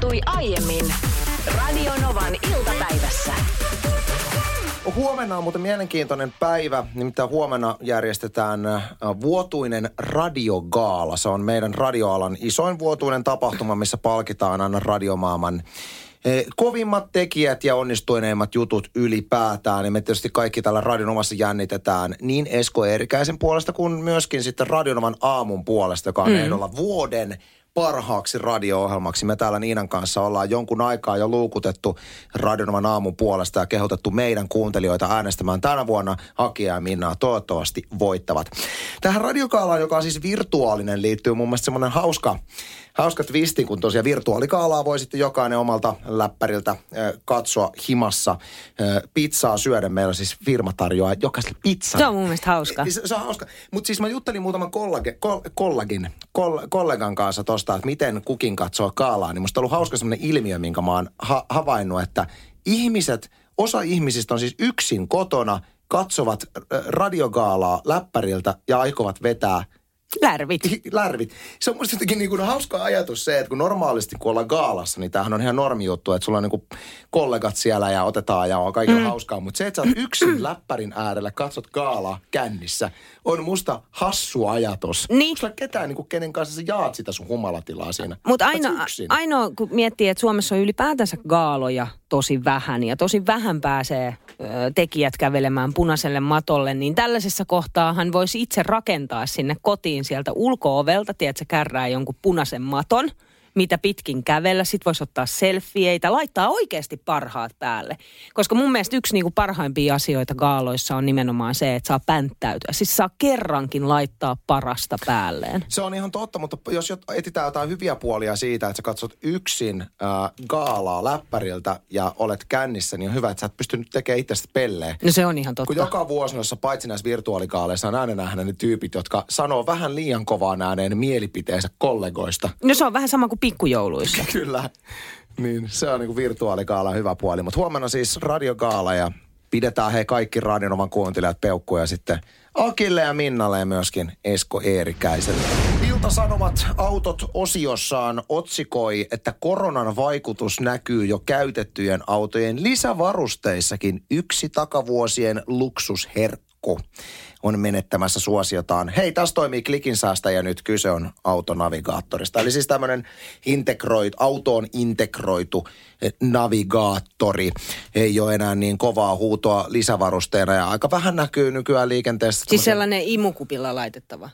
tapahtui aiemmin Radionovan iltapäivässä. Huomenna on muuten mielenkiintoinen päivä, nimittäin huomenna järjestetään vuotuinen radiogaala. Se on meidän radioalan isoin vuotuinen tapahtuma, missä palkitaan aina radiomaailman kovimmat tekijät ja onnistuneimmat jutut ylipäätään. Ja me tietysti kaikki täällä Radionovassa jännitetään niin Esko Eerikäisen puolesta kuin myöskin sitten Radionovan aamun puolesta, joka on ehdolla vuoden parhaaksi radio-ohjelmaksi. Me täällä Niinan kanssa ollaan jonkun aikaa jo luukutettu Radionovan aamun puolesta ja kehotettu meidän kuuntelijoita äänestämään tänä vuonna Akia ja Minnaa. Toivottavasti voittavat. Tähän radiogaalaan, joka on siis virtuaalinen, liittyy mun mielestä semmoinen hauska twisti, kun tosiaan virtuaaligaalaa voi sitten jokainen omalta läppäriltä katsoa himassa pizzaa syödä. Meillä siis firma tarjoaa jokaiselle pizzaa. Se on mun mielestä hauska. Se on hauska. Mutta siis mä juttelin muutaman kollegan kanssa tosta, että miten kukin katsoo gaalaa. Niin musta on ollut hauska semmoinen ilmiö, minkä mä oon havainnut, että osa ihmisistä on siis yksin kotona, katsovat radiogaalaa läppäriltä ja aikovat vetää Lärvit. Se on musta jotenkin niin kuin hauska ajatus se, että kun normaalisti kun ollaan gaalassa, niin tämähän on ihan normijuttu, että sulla on niin kuin kollegat siellä ja otetaan ja on kaikilla hauskaa. Mutta se, että sä oot yksin läppärin äärellä, katsot gaalaa kännissä, on musta hassu ajatus. Niin. Sulla ketään, niin kuin kenen kanssa sä jaat sitä sun humalatilaa siinä. Mutta ainoa, kun miettii, että Suomessa on ylipäätänsä gaaloja tosi vähän ja tosi vähän pääsee tekijät kävelemään punaiselle matolle, niin tällaisessa kohtaahan voisi itse rakentaa sinne kotiin sieltä ulko-ovelta, tiedätkö, kärrää jonkun punaisen maton, mitä pitkin kävellä. Sitten voisi ottaa selfieitä, laittaa oikeasti parhaat päälle. Koska mun mielestä yksi niinku parhaimpia asioita gaaloissa on nimenomaan se, että saa pänttäytyä. Siis saa kerrankin laittaa parasta päälleen. Se on ihan totta, mutta jos etsitään jotain hyviä puolia siitä, että sä katsot yksin gaalaa läppäriltä ja olet kännissä, niin on hyvä, että sä et pystynyt tekemään itsestä pelleä. No se on ihan totta. Kun joka vuosi noissa paitsi näissä virtuaaligaaleissa on aina nähdä ne tyypit, jotka sanoo vähän liian kovaan ääneen mielipiteensä kollegoista. No se on vähän sama kuin pikkujouluissa. Kyllä. Niin, se on niinku virtuaaligaala hyvä puoli. Mutta huomenna siis radiogaala ja pidetään kaikki Radionovan kuuntelijat peukkuja sitten Akille ja Minnalle ja myöskin Esko Eerikäiselle. Ilta-Sanomat autot-osiossaan otsikoi, että koronan vaikutus näkyy jo käytettyjen autojen lisävarusteissakin. Yksi takavuosien luksusherkku on menettämässä suosiotaan. Hei, tässä toimii klikin säästäjä nyt. Kyse on autonavigaattorista. Eli siis tämmöinen autoon integroitu navigaattori. Ei ole enää niin kovaa huutoa lisävarusteena ja aika vähän näkyy nykyään liikenteessä. Siis sellainen imukupilla laitettava.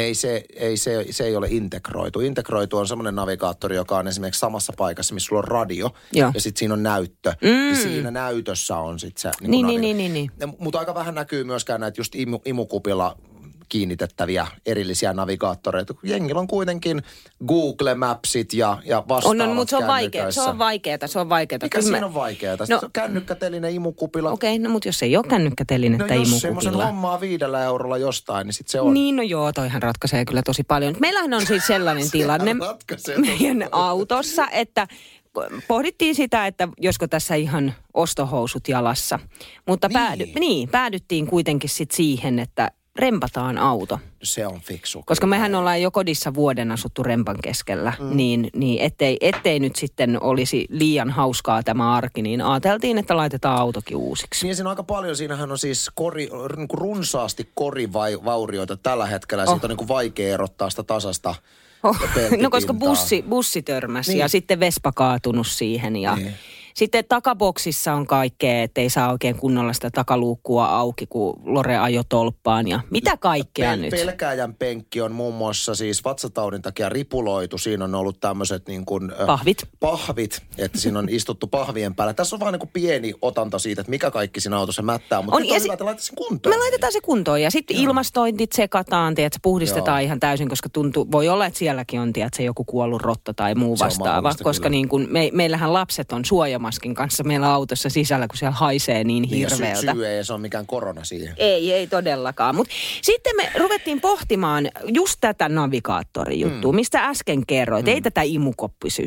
Se ei ole integroitu. Integroitu on semmoinen navigaattori, joka on esimerkiksi samassa paikassa, missä sulla on radio. Joo. Ja sitten siinä on näyttö. Ja siinä näytössä on sitten se Niin. Mutta aika vähän näkyy myöskään näitä just imukupilla kiinnitettäviä erillisiä navigaattoreita. Jengillä on kuitenkin Google Mapsit ja vastaavat mutta se on vaikeaa. Mikä siinä on vaikeaa? No, se on kännykkäteline imukupilla. Okei, no mutta jos ei ole kännykkätelinettä imukupilla. No jos semmoisen hommaa 5 eurolla jostain, niin sitten se on. Niin, no joo, toihan ratkaisee kyllä tosi paljon. Meillähän on siis sellainen tilanne meidän autossa, että pohdittiin sitä, että josko tässä ihan ostohousut jalassa. Mutta päädyttiin kuitenkin sitten siihen, että rempataan auto. Se on fiksu. Koska mehän ollaan jo kodissa vuoden asuttu rempan keskellä, niin ettei nyt sitten olisi liian hauskaa tämä arki, niin ajateltiin, että laitetaan autokin uusiksi. Niin siinä on aika paljon, siinähän on siis runsaasti korivaurioita tällä hetkellä. Siitä on niin kuin vaikea erottaa sitä tasasta peltipintaa. No koska bussi törmäsi ja sitten Vespa kaatunut siihen ja sitten takaboksissa on kaikkea, ettei saa oikein kunnolla sitä takaluukkua auki, kun Lore ajoi tolppaan ja mitä kaikkea nyt. Pelkääjän penkki on muun muassa siis vatsataudin takia ripuloitu. Siinä on ollut tämmöiset niin kuin pahvit, että siinä on istuttu pahvien päällä. Tässä on vaan niin kuin pieni otanta siitä, että mikä kaikki siinä autossa mättää, mutta nyt on hyvä, että laitetaan sen kuntoon. Me laitetaan se kuntoon ja sitten ilmastointit sekataan, että puhdistetaan ihan täysin, koska voi olla, että sielläkin on joku kuollut rotta tai muu vastaava, koska niin kuin meillähän lapset on suojamaskin kanssa meillä autossa sisällä, kun siellä haisee niin hirveältä. Syy ei se ole mikään korona siihen. Ei todellakaan. Mutta sitten me ruvettiin pohtimaan just tätä navigaattorijuttua, mistä äsken kerroit. Ei tätä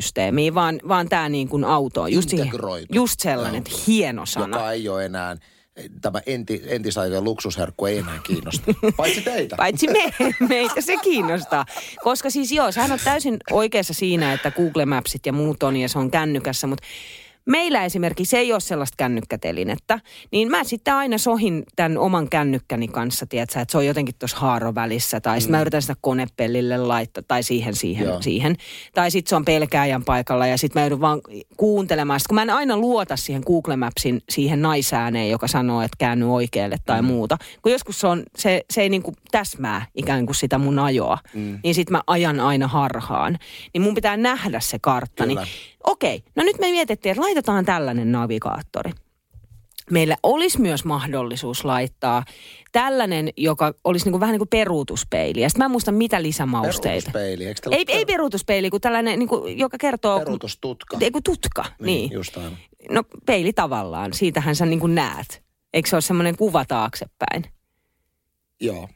imukoppisysteemiä, vaan tämä niin kuin auto. Integroitu. Just sellainen hieno sana. Joka ei ole enää tämä entisaikojen luksusherkku ei enää kiinnosta. Paitsi teitä. Paitsi meitä se kiinnostaa. Koska siis sähän on täysin oikeassa siinä, että Google Mapsit ja muut on ja se on kännykässä, mutta meillä esimerkiksi ei ole sellaista kännykkätelinettä, niin mä sitten aina sohin tämän oman kännykkäni kanssa, tiedätkö, että se on jotenkin tuossa haarovälissä, tai sitten mä yritän sitä konepellille laittaa, tai siihen. Tai sitten se on pelkääjän paikalla, ja sitten mä joudun vaan kuuntelemaan. Sitten kun mä en aina luota siihen Google Mapsin, siihen naisääneen, joka sanoo, että käänny oikealle tai muuta. Kun joskus se ei niinku täsmää ikään kuin sitä mun ajoa, niin sitten mä ajan aina harhaan. Niin mun pitää nähdä se kartta. Niin, okei, no nyt me mietittiin, että laitetaan tällainen navigaattori. Meillä olisi myös mahdollisuus laittaa tällainen, joka olisi niinku vähän niin kuin peruutuspeili. Ja sitten mä en muista mitä lisämausteita. Peruutuspeili, ei peruutuspeili, kun tällainen, niinku, joka kertoo... Peruutustutka. Eiku tutka, niin. Just aina. No peili tavallaan, siitähän sä niinku näet. Eikö se ole semmoinen kuva taaksepäin? Joo,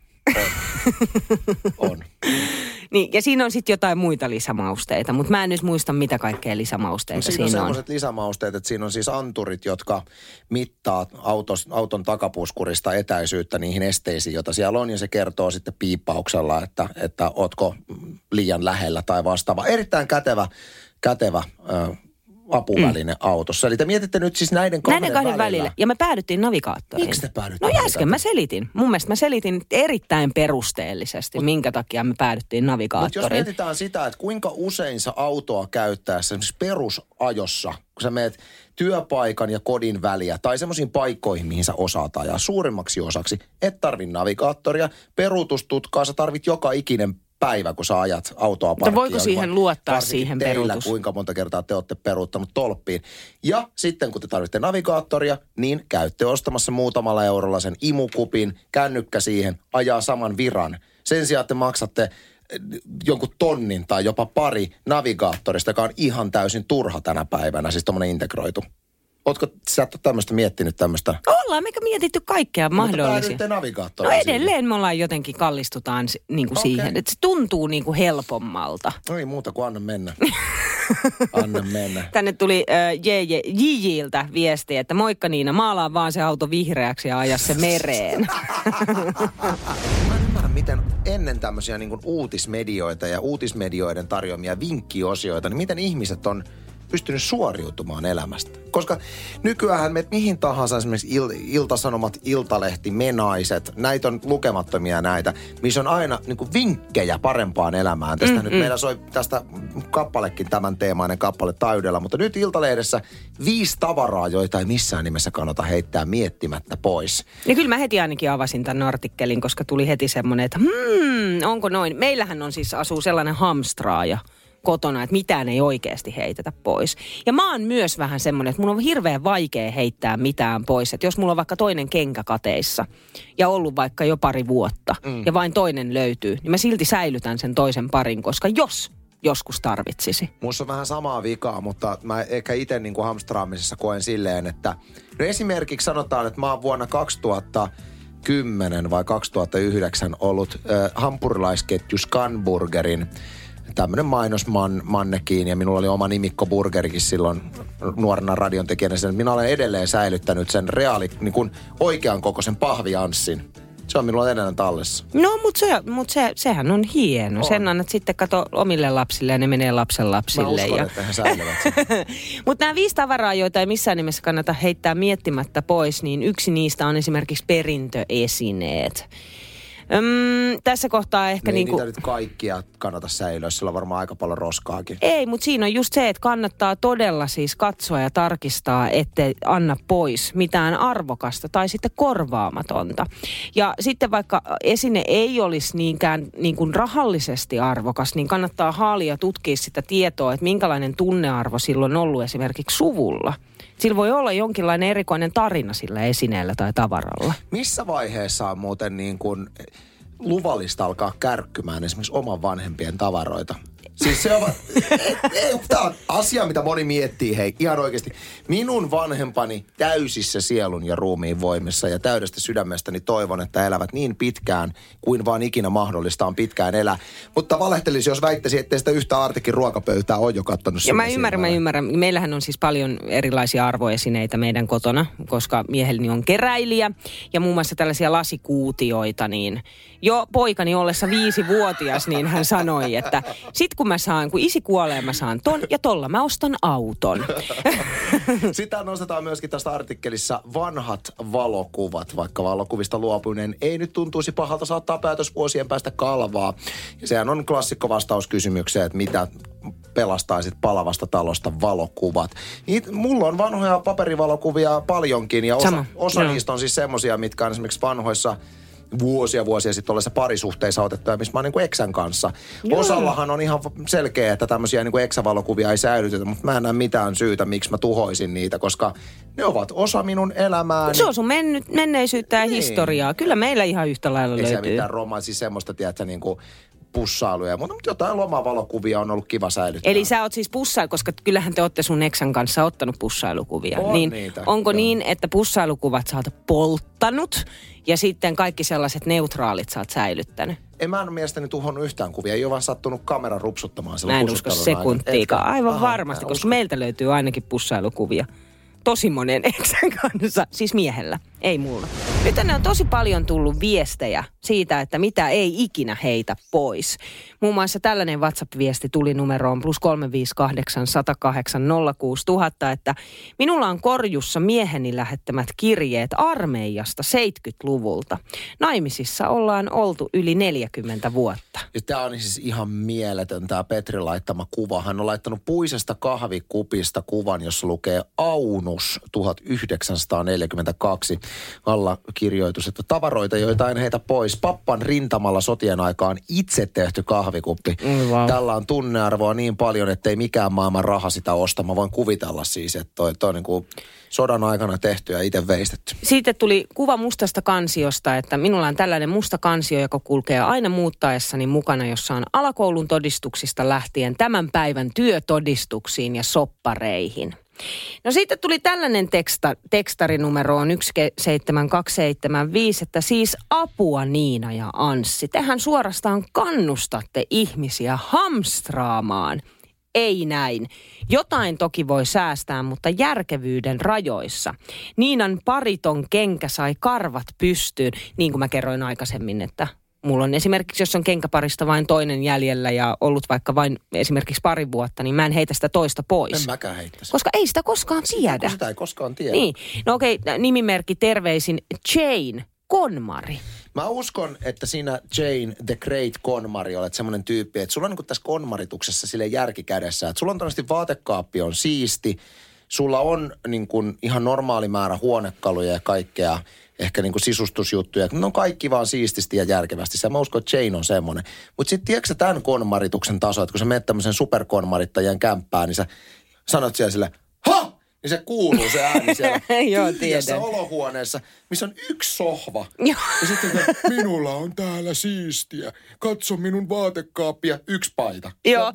on. Niin, ja siinä on sitten jotain muita lisämausteita, mutta mä en nyt muista, mitä kaikkea lisämausteita siinä on. Siinä on sellaiset lisämausteet, että siinä on siis anturit, jotka mittaa auton takapuskurista etäisyyttä niihin esteisiin, joita siellä on, ja se kertoo sitten piippauksella, että ootko liian lähellä tai vastaava. Erittäin kätevä apuväline autossa. Eli te mietitte nyt siis näiden kahden välillä. Ja me päädyttiin navigaattoriin. Miksi te päädyttiin? No äsken mä selitin. Mun mielestä mä selitin erittäin perusteellisesti, minkä takia me päädyttiin navigaattoriin. Mutta jos mietitään sitä, että kuinka usein sä autoa käyttäessä, esimerkiksi perusajossa, kun sä meet työpaikan ja kodin väliä tai semmoisiin paikkoihin, mihin sä osaat ajaa suurimmaksi osaksi, et tarvi navigaattoria, peruutustutkaa, sä tarvit joka ikinen päivä, kun sä ajat autoa parkkiin. Voiko siihen luottaa siihen peruutus? Kuinka monta kertaa te olette peruuttanut tolppiin. Ja sitten kun te tarvitte navigaattoria, niin käytte ostamassa muutamalla eurolla sen imukupin, kännykkä siihen, ajaa saman viran. Sen sijaan te maksatte jonkun tonnin tai jopa pari navigaattorista, joka on ihan täysin turha tänä päivänä, siis tommoinen integroitu. Ootko sä et ole tämmöistä miettinyt tämmöistä? Ollaan, meikä mietitty kaikkea mahdollisia. Mutta päädyitte navigaattoriin. No edelleen me ollaan jotenkin kallistutaan niinku siihen, että se tuntuu niinku helpommalta. No ei muuta kuin anna mennä. Anna mennä. Tänne tuli JJ:ltä viesti, että moikka Niina, maalaa vaan se auto vihreäksi ja aja se mereen. Mä en ymmärrä, miten ennen tämmöisiä niin kuin uutismedioita ja uutismedioiden tarjoamia vinkkiosioita, niin miten ihmiset on pystynyt suoriutumaan elämästä. Koska nykyään meet mihin tahansa, esimerkiksi Ilta-Sanomat, Iltalehti, Menaiset, näitä on lukemattomia näitä, missä on aina niin kuin vinkkejä parempaan elämään. Tästä nyt meillä soi tästä kappalekin tämän teemainen kappale täydellä, mutta nyt Iltalehdessä 5 tavaraa, joita ei missään nimessä kannata heittää miettimättä pois. Ja kyllä mä heti ainakin avasin tämän artikkelin, koska tuli heti semmoinen, että onko noin. Meillähän on siis asuu sellainen hamstraaja kotona, että mitään ei oikeasti heitetä pois. Ja mä oon myös vähän semmoinen, että mun on hirveän vaikea heittää mitään pois. Että jos mulla on vaikka toinen kenkä kateissa ja ollut vaikka jo pari vuotta ja vain toinen löytyy, niin mä silti säilytän sen toisen parin, koska jos joskus tarvitsisi. Musta on vähän samaa vikaa, mutta mä ehkä itse niin kuin hamstraamisessa koen silleen, että no esimerkiksi sanotaan, että mä oon vuonna 2010 vai 2009 ollut hampurilaisketju Scanburgerin tämmöinen mainosmannekiin, ja minulla oli oma nimikko Burgerikin silloin nuorena radiontekijänä. Minä olen edelleen säilyttänyt sen niin kuin oikean kokoisen pahvianssin. Se on minulla edelleen tallessa. No, mutta sehän on hieno. On. Sen annat sitten kato omille lapsille ja ne menee lapsenlapsille. Mä uskon, että he säilyvät sen. Mutta nämä 5 tavaraa, joita ei missään nimessä kannata heittää miettimättä pois, niin yksi niistä on esimerkiksi perintöesineet. Tässä kohtaa ehkä niin niitä nyt kaikkia kannata säilyä, sillä on varmaan aika paljon roskaakin. Ei, mutta siinä on just se, että kannattaa todella siis katsoa ja tarkistaa, ettei anna pois mitään arvokasta tai sitten korvaamatonta. Ja sitten vaikka esine ei olisi niinkään niin kuin rahallisesti arvokas, niin kannattaa haalia tutkia sitä tietoa, että minkälainen tunnearvo sillä on ollut esimerkiksi suvulla. Sillä voi olla jonkinlainen erikoinen tarina sillä esineellä tai tavaralla. Missä vaiheessa on muuten niin kuin luvallista alkaa kärkkymään esimerkiksi oman vanhempien tavaroita? Siis se on, tämä on asia, mitä moni miettii, hei, ihan oikeasti. Minun vanhempani täysissä sielun ja ruumiin voimissa ja täydestä sydämestäni toivon, että elävät niin pitkään kuin vaan ikinä mahdollista on pitkään elää. Mutta valehtelisi, jos väittäisi, ettei sitä yhtä Artikin ruokapöytää ole jo kattonut. Ja mä ymmärrän. Meillähän on siis paljon erilaisia arvoesineitä meidän kotona, koska mieheni on keräilijä ja muun muassa tällaisia lasikuutioita, niin jo poikani ollessa 5-vuotias, niin hän sanoi, että sit kun isi kuolee, mä saan ton ja tolla mä ostan auton. Sitä nostetaan myöskin tästä artikkelissa vanhat valokuvat, vaikka valokuvista luopuminen ei nyt tuntuisi pahalta, saattaa päätös vuosien päästä kalvaa. Ja sehän on klassikko vastaus kysymykseen, että mitä pelastaisit palavasta talosta valokuvat. Mulla on vanhoja paperivalokuvia paljonkin ja osa niistä on siis semmosia, mitkä on esimerkiksi vanhoissa vuosia sitten olleissa parisuhteissa otettuja, missä mä oon niin kuin eksän kanssa. Joo. Osallahan on ihan selkeä, että tämmöisiä niin kuin eksävalokuvia ei säilytetä, mutta mä en näe mitään syytä, miksi mä tuhoisin niitä, koska ne ovat osa minun elämääni. Se on sun menneisyyttä ja historiaa. Kyllä meillä ihan yhtä lailla löytyy. Ei se mitään siis semmoista, tiedätkö, niin kuin pussailuja, mutta jotain lomavalokuvia on ollut kiva säilyttää. Eli sä oot siis pussailu, koska kyllähän te ootte sun eksän kanssa ottanut pussailukuvia. On niin niitä. Onko niin, että pussailukuvat sä oot polttanut ja sitten kaikki sellaiset neutraalit sä oot säilyttänyt? En mä mielestäni tuhonnut yhtään kuvia. Ei ole vaan sattunut kameran rupsuttamaan silloin. Mä en usko sekuntiikaan. Aivan varmasti, koska meiltä löytyy ainakin pussailukuvia. Tosi monen eksän kanssa, siis miehellä, ei mulla. Nyt tänne on tosi paljon tullut viestejä siitä, että mitä ei ikinä heitä pois. Muun muassa tällainen WhatsApp-viesti tuli numeroon +358 108 06000, että minulla on korjussa mieheni lähettämät kirjeet armeijasta 70-luvulta. Naimisissa ollaan oltu yli 40 vuotta. Ja tämä on siis ihan mieletön tämä Petrin laittama kuva. Hän on laittanut puisesta kahvikupista kuvan, jossa lukee Aunus 1942. Alla kirjoitus, että tavaroita, joita en heitä pois. Pappan rintamalla sotien aikaan itse tehty kahvikuppi. Wow. Tällä on tunnearvoa niin paljon, ettei mikään maailman raha sitä osta. Mä voin kuvitella siis, että toi on niin kuin sodan aikana tehty ja itse veistetty. Siitä tuli kuva mustasta kansiosta, että minulla on tällainen musta kansio, joka kulkee aina muuttaessani mukana, jossa on alakoulun todistuksista lähtien tämän päivän työtodistuksiin ja soppareihin. No siitä tuli tällainen tekstarinumeroon 17275, että siis apua Niina ja Anssi. Tehän suorastaan kannustatte ihmisiä hamstraamaan. Ei näin. Jotain toki voi säästää, mutta järkevyyden rajoissa. Niinan pariton kenkä sai karvat pystyyn, niin kuin mä kerroin aikaisemmin, että mulla on esimerkiksi, jos on kenkäparista vain toinen jäljellä ja ollut vaikka vain esimerkiksi 2 vuotta, niin mä en heitä sitä toista pois. En mäkään heittäisi. Koska ei sitä koskaan tiedä. Sitä ei koskaan tiedä. Niin. No okei, nimimerkki terveisin Jane Konmari. Mä uskon, että siinä Jane the Great Konmari olet semmoinen tyyppi, että sulla on niin kuin tässä konmarituksessa sille järki kädessä, että sulla on todennäköisesti vaatekaappi on siisti, sulla on niin kuin ihan normaali määrä huonekaluja ja kaikkea, ehkä niin kuin sisustusjuttuja. Ne on kaikki vaan siististi ja järkevästi. Mä uskon, että Jane on semmoinen. Mutta sitten tiedätkö sä tämän konmarituksen taso, että kun sä menet tämmöisen superkonmarittajien kämppään, niin sä sanot siellä sille, ha! Niin se kuuluu se ääni siellä tyhjässä olohuoneessa, missä on yksi sohva. Ja sitten minulla on täällä siistiä. Katso minun vaatekaappia, 1 paita. Joo.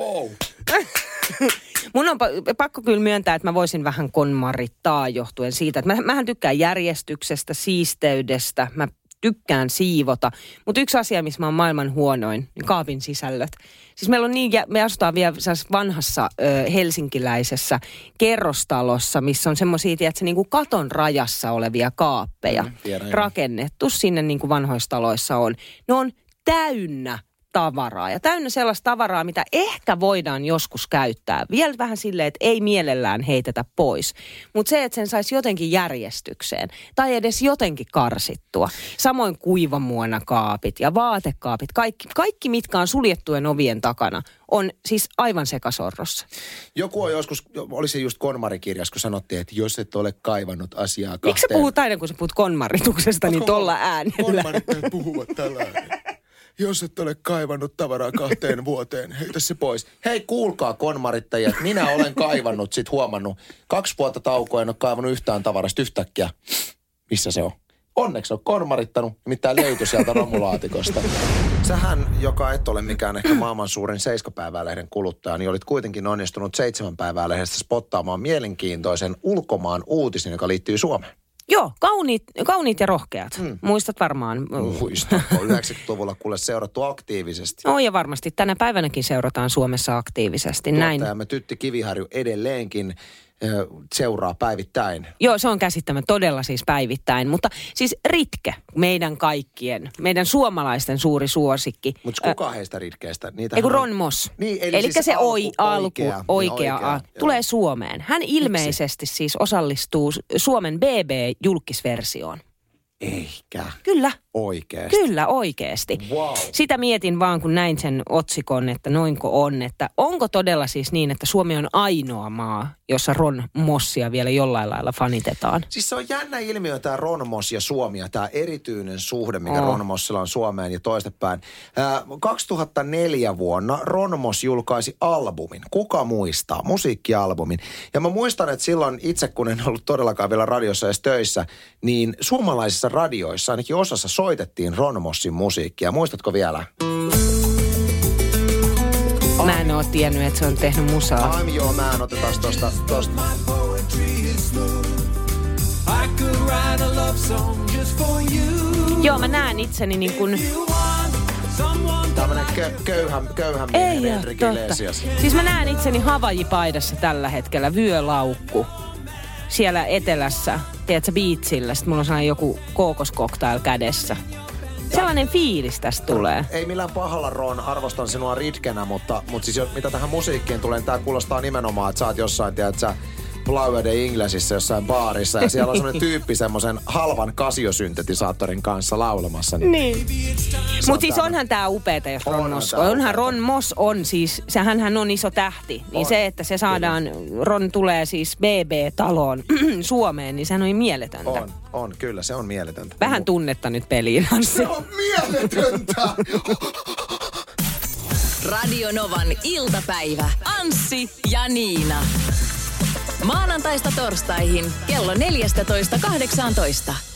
Mun on pakko kyllä myöntää, että mä voisin vähän konmarittaa johtuen siitä, että mähän tykkään järjestyksestä, siisteydestä, mä tykkään siivota. Mutta yksi asia, missä mä oon maailman huonoin, niin kaapin sisällöt. Siis meillä on me asutaan vielä vanhassa helsinkiläisessä kerrostalossa, missä on semmoisia, tiedätkö, niin kuin katon rajassa olevia kaappeja rakennettu sinne niin kuin vanhoissa taloissa on. Ne on täynnä tavaraa ja täynnä sellaista tavaraa, mitä ehkä voidaan joskus käyttää. Vielä vähän silleen, että ei mielellään heitetä pois. Mutta se, että sen saisi jotenkin järjestykseen tai edes jotenkin karsittua. Samoin kuivamuonakaapit ja vaatekaapit, kaikki mitkä on suljettujen ovien takana, on siis aivan sekasorrossa. Joku on joskus, oli se just konmarikirjas, kun sanottiin, että jos et ole kaivannut asiaa kahteen. Miksi sä puhut aina, kun sä puhut konmarituksesta, niin tolla äänellä? Konmarit puhuvat tällä äänellä. Jos et ole kaivannut tavaraa 2 vuoteen, heitä se pois. Hei, kuulkaa konmarittajia, minä olen kaivannut, sit huomannut. 2 vuotta taukoa, en ole kaivannut yhtään tavarasta yhtäkkiä. Missä se on? Onneksi on konmarittanut, nimittäin löytyi sieltä romulaatikosta. Sähän, joka et ole mikään ehkä maailman suurin 7-päivää-lehden kuluttaja, niin olit kuitenkin onnistunut 7-päivää-lehdestä spottaamaan mielenkiintoisen ulkomaan uutisen, joka liittyy Suomeen. Joo, kauniit ja rohkeat. Muistat varmaan. Muistan. 90-luvulla kuule seurattu aktiivisesti. No ja varmasti tänä päivänäkin seurataan Suomessa aktiivisesti. Näin. Tuottajamme Tytti Kiviharju edelleenkin seuraa päivittäin. Joo, se on käsittämättä todella siis päivittäin. Mutta siis Ritke, meidän suomalaisten suuri suosikki. Mutta kuka heistä Ritkeistä? Eiku Ron Moss. Niin, eli siis se oikea tulee Suomeen. Hän ilmeisesti siis osallistuu Suomen BB-julkisversioon. Eikä. Kyllä. Oikeesti. Kyllä, oikeesti. Wow. Sitä mietin vaan, kun näin sen otsikon, että noinko on. Että onko todella siis niin, että Suomi on ainoa maa, jossa Ron Mossia vielä jollain lailla fanitetaan? Siis se on jännä ilmiö tämä Ron Moss ja Suomi ja tämä erityinen suhde, mikä Ron Mossilla on Suomeen ja toistepäin. 2004 vuonna Ron Moss julkaisi albumin. Kuka muistaa? Musiikkialbumin. Ja mä muistan, että silloin itse, kun en ollut todellakaan vielä radiossa edes töissä, niin suomalaisissa radioissa ainakin osassa soitettiin Ron Mossin musiikkia. Muistatko vielä? Mä en oo tiennyt, että se on tehnyt musaa. Joo, mä en otetaan tosta. Joo, mä näen itseni niin kuin... Tämmönen köyhä miehen Enrique Iglesias. Siis mä näen itseni Havaji-paidassa tällä hetkellä, vyölaukku. Siellä etelässä, tiedätkö, biitsillä. Sitten mulla on sellainen joku kookoskoktail kädessä. Sellainen fiilis tästä tulee. Ei millään pahalla, Ron, arvostan sinua Ritkenä, mutta siis mitä tähän musiikkiin tulee, niin tää kuulostaa nimenomaan, että sä oot jossain, tiedätkö, Flower de Englishissa jossain baarissa ja siellä on semmoinen tyyppi semmoisen halvan Casio-syntetisaattorin kanssa laulamassa. Niin. Mutta siis onhan tää upeeta, jos Ron Moss. Onhan Ron Moss on siis, hänhän on iso tähti. Niin se, että se saadaan, Ron tulee siis BB-taloon Suomeen, niin sehän on mieletöntä. On, kyllä, se on mieletöntä. Vähän tunnetta nyt peliin. Se on mieletöntä! Radio Novan iltapäivä. Anssi ja Niina. Maanantaista torstaihin kello 14.18.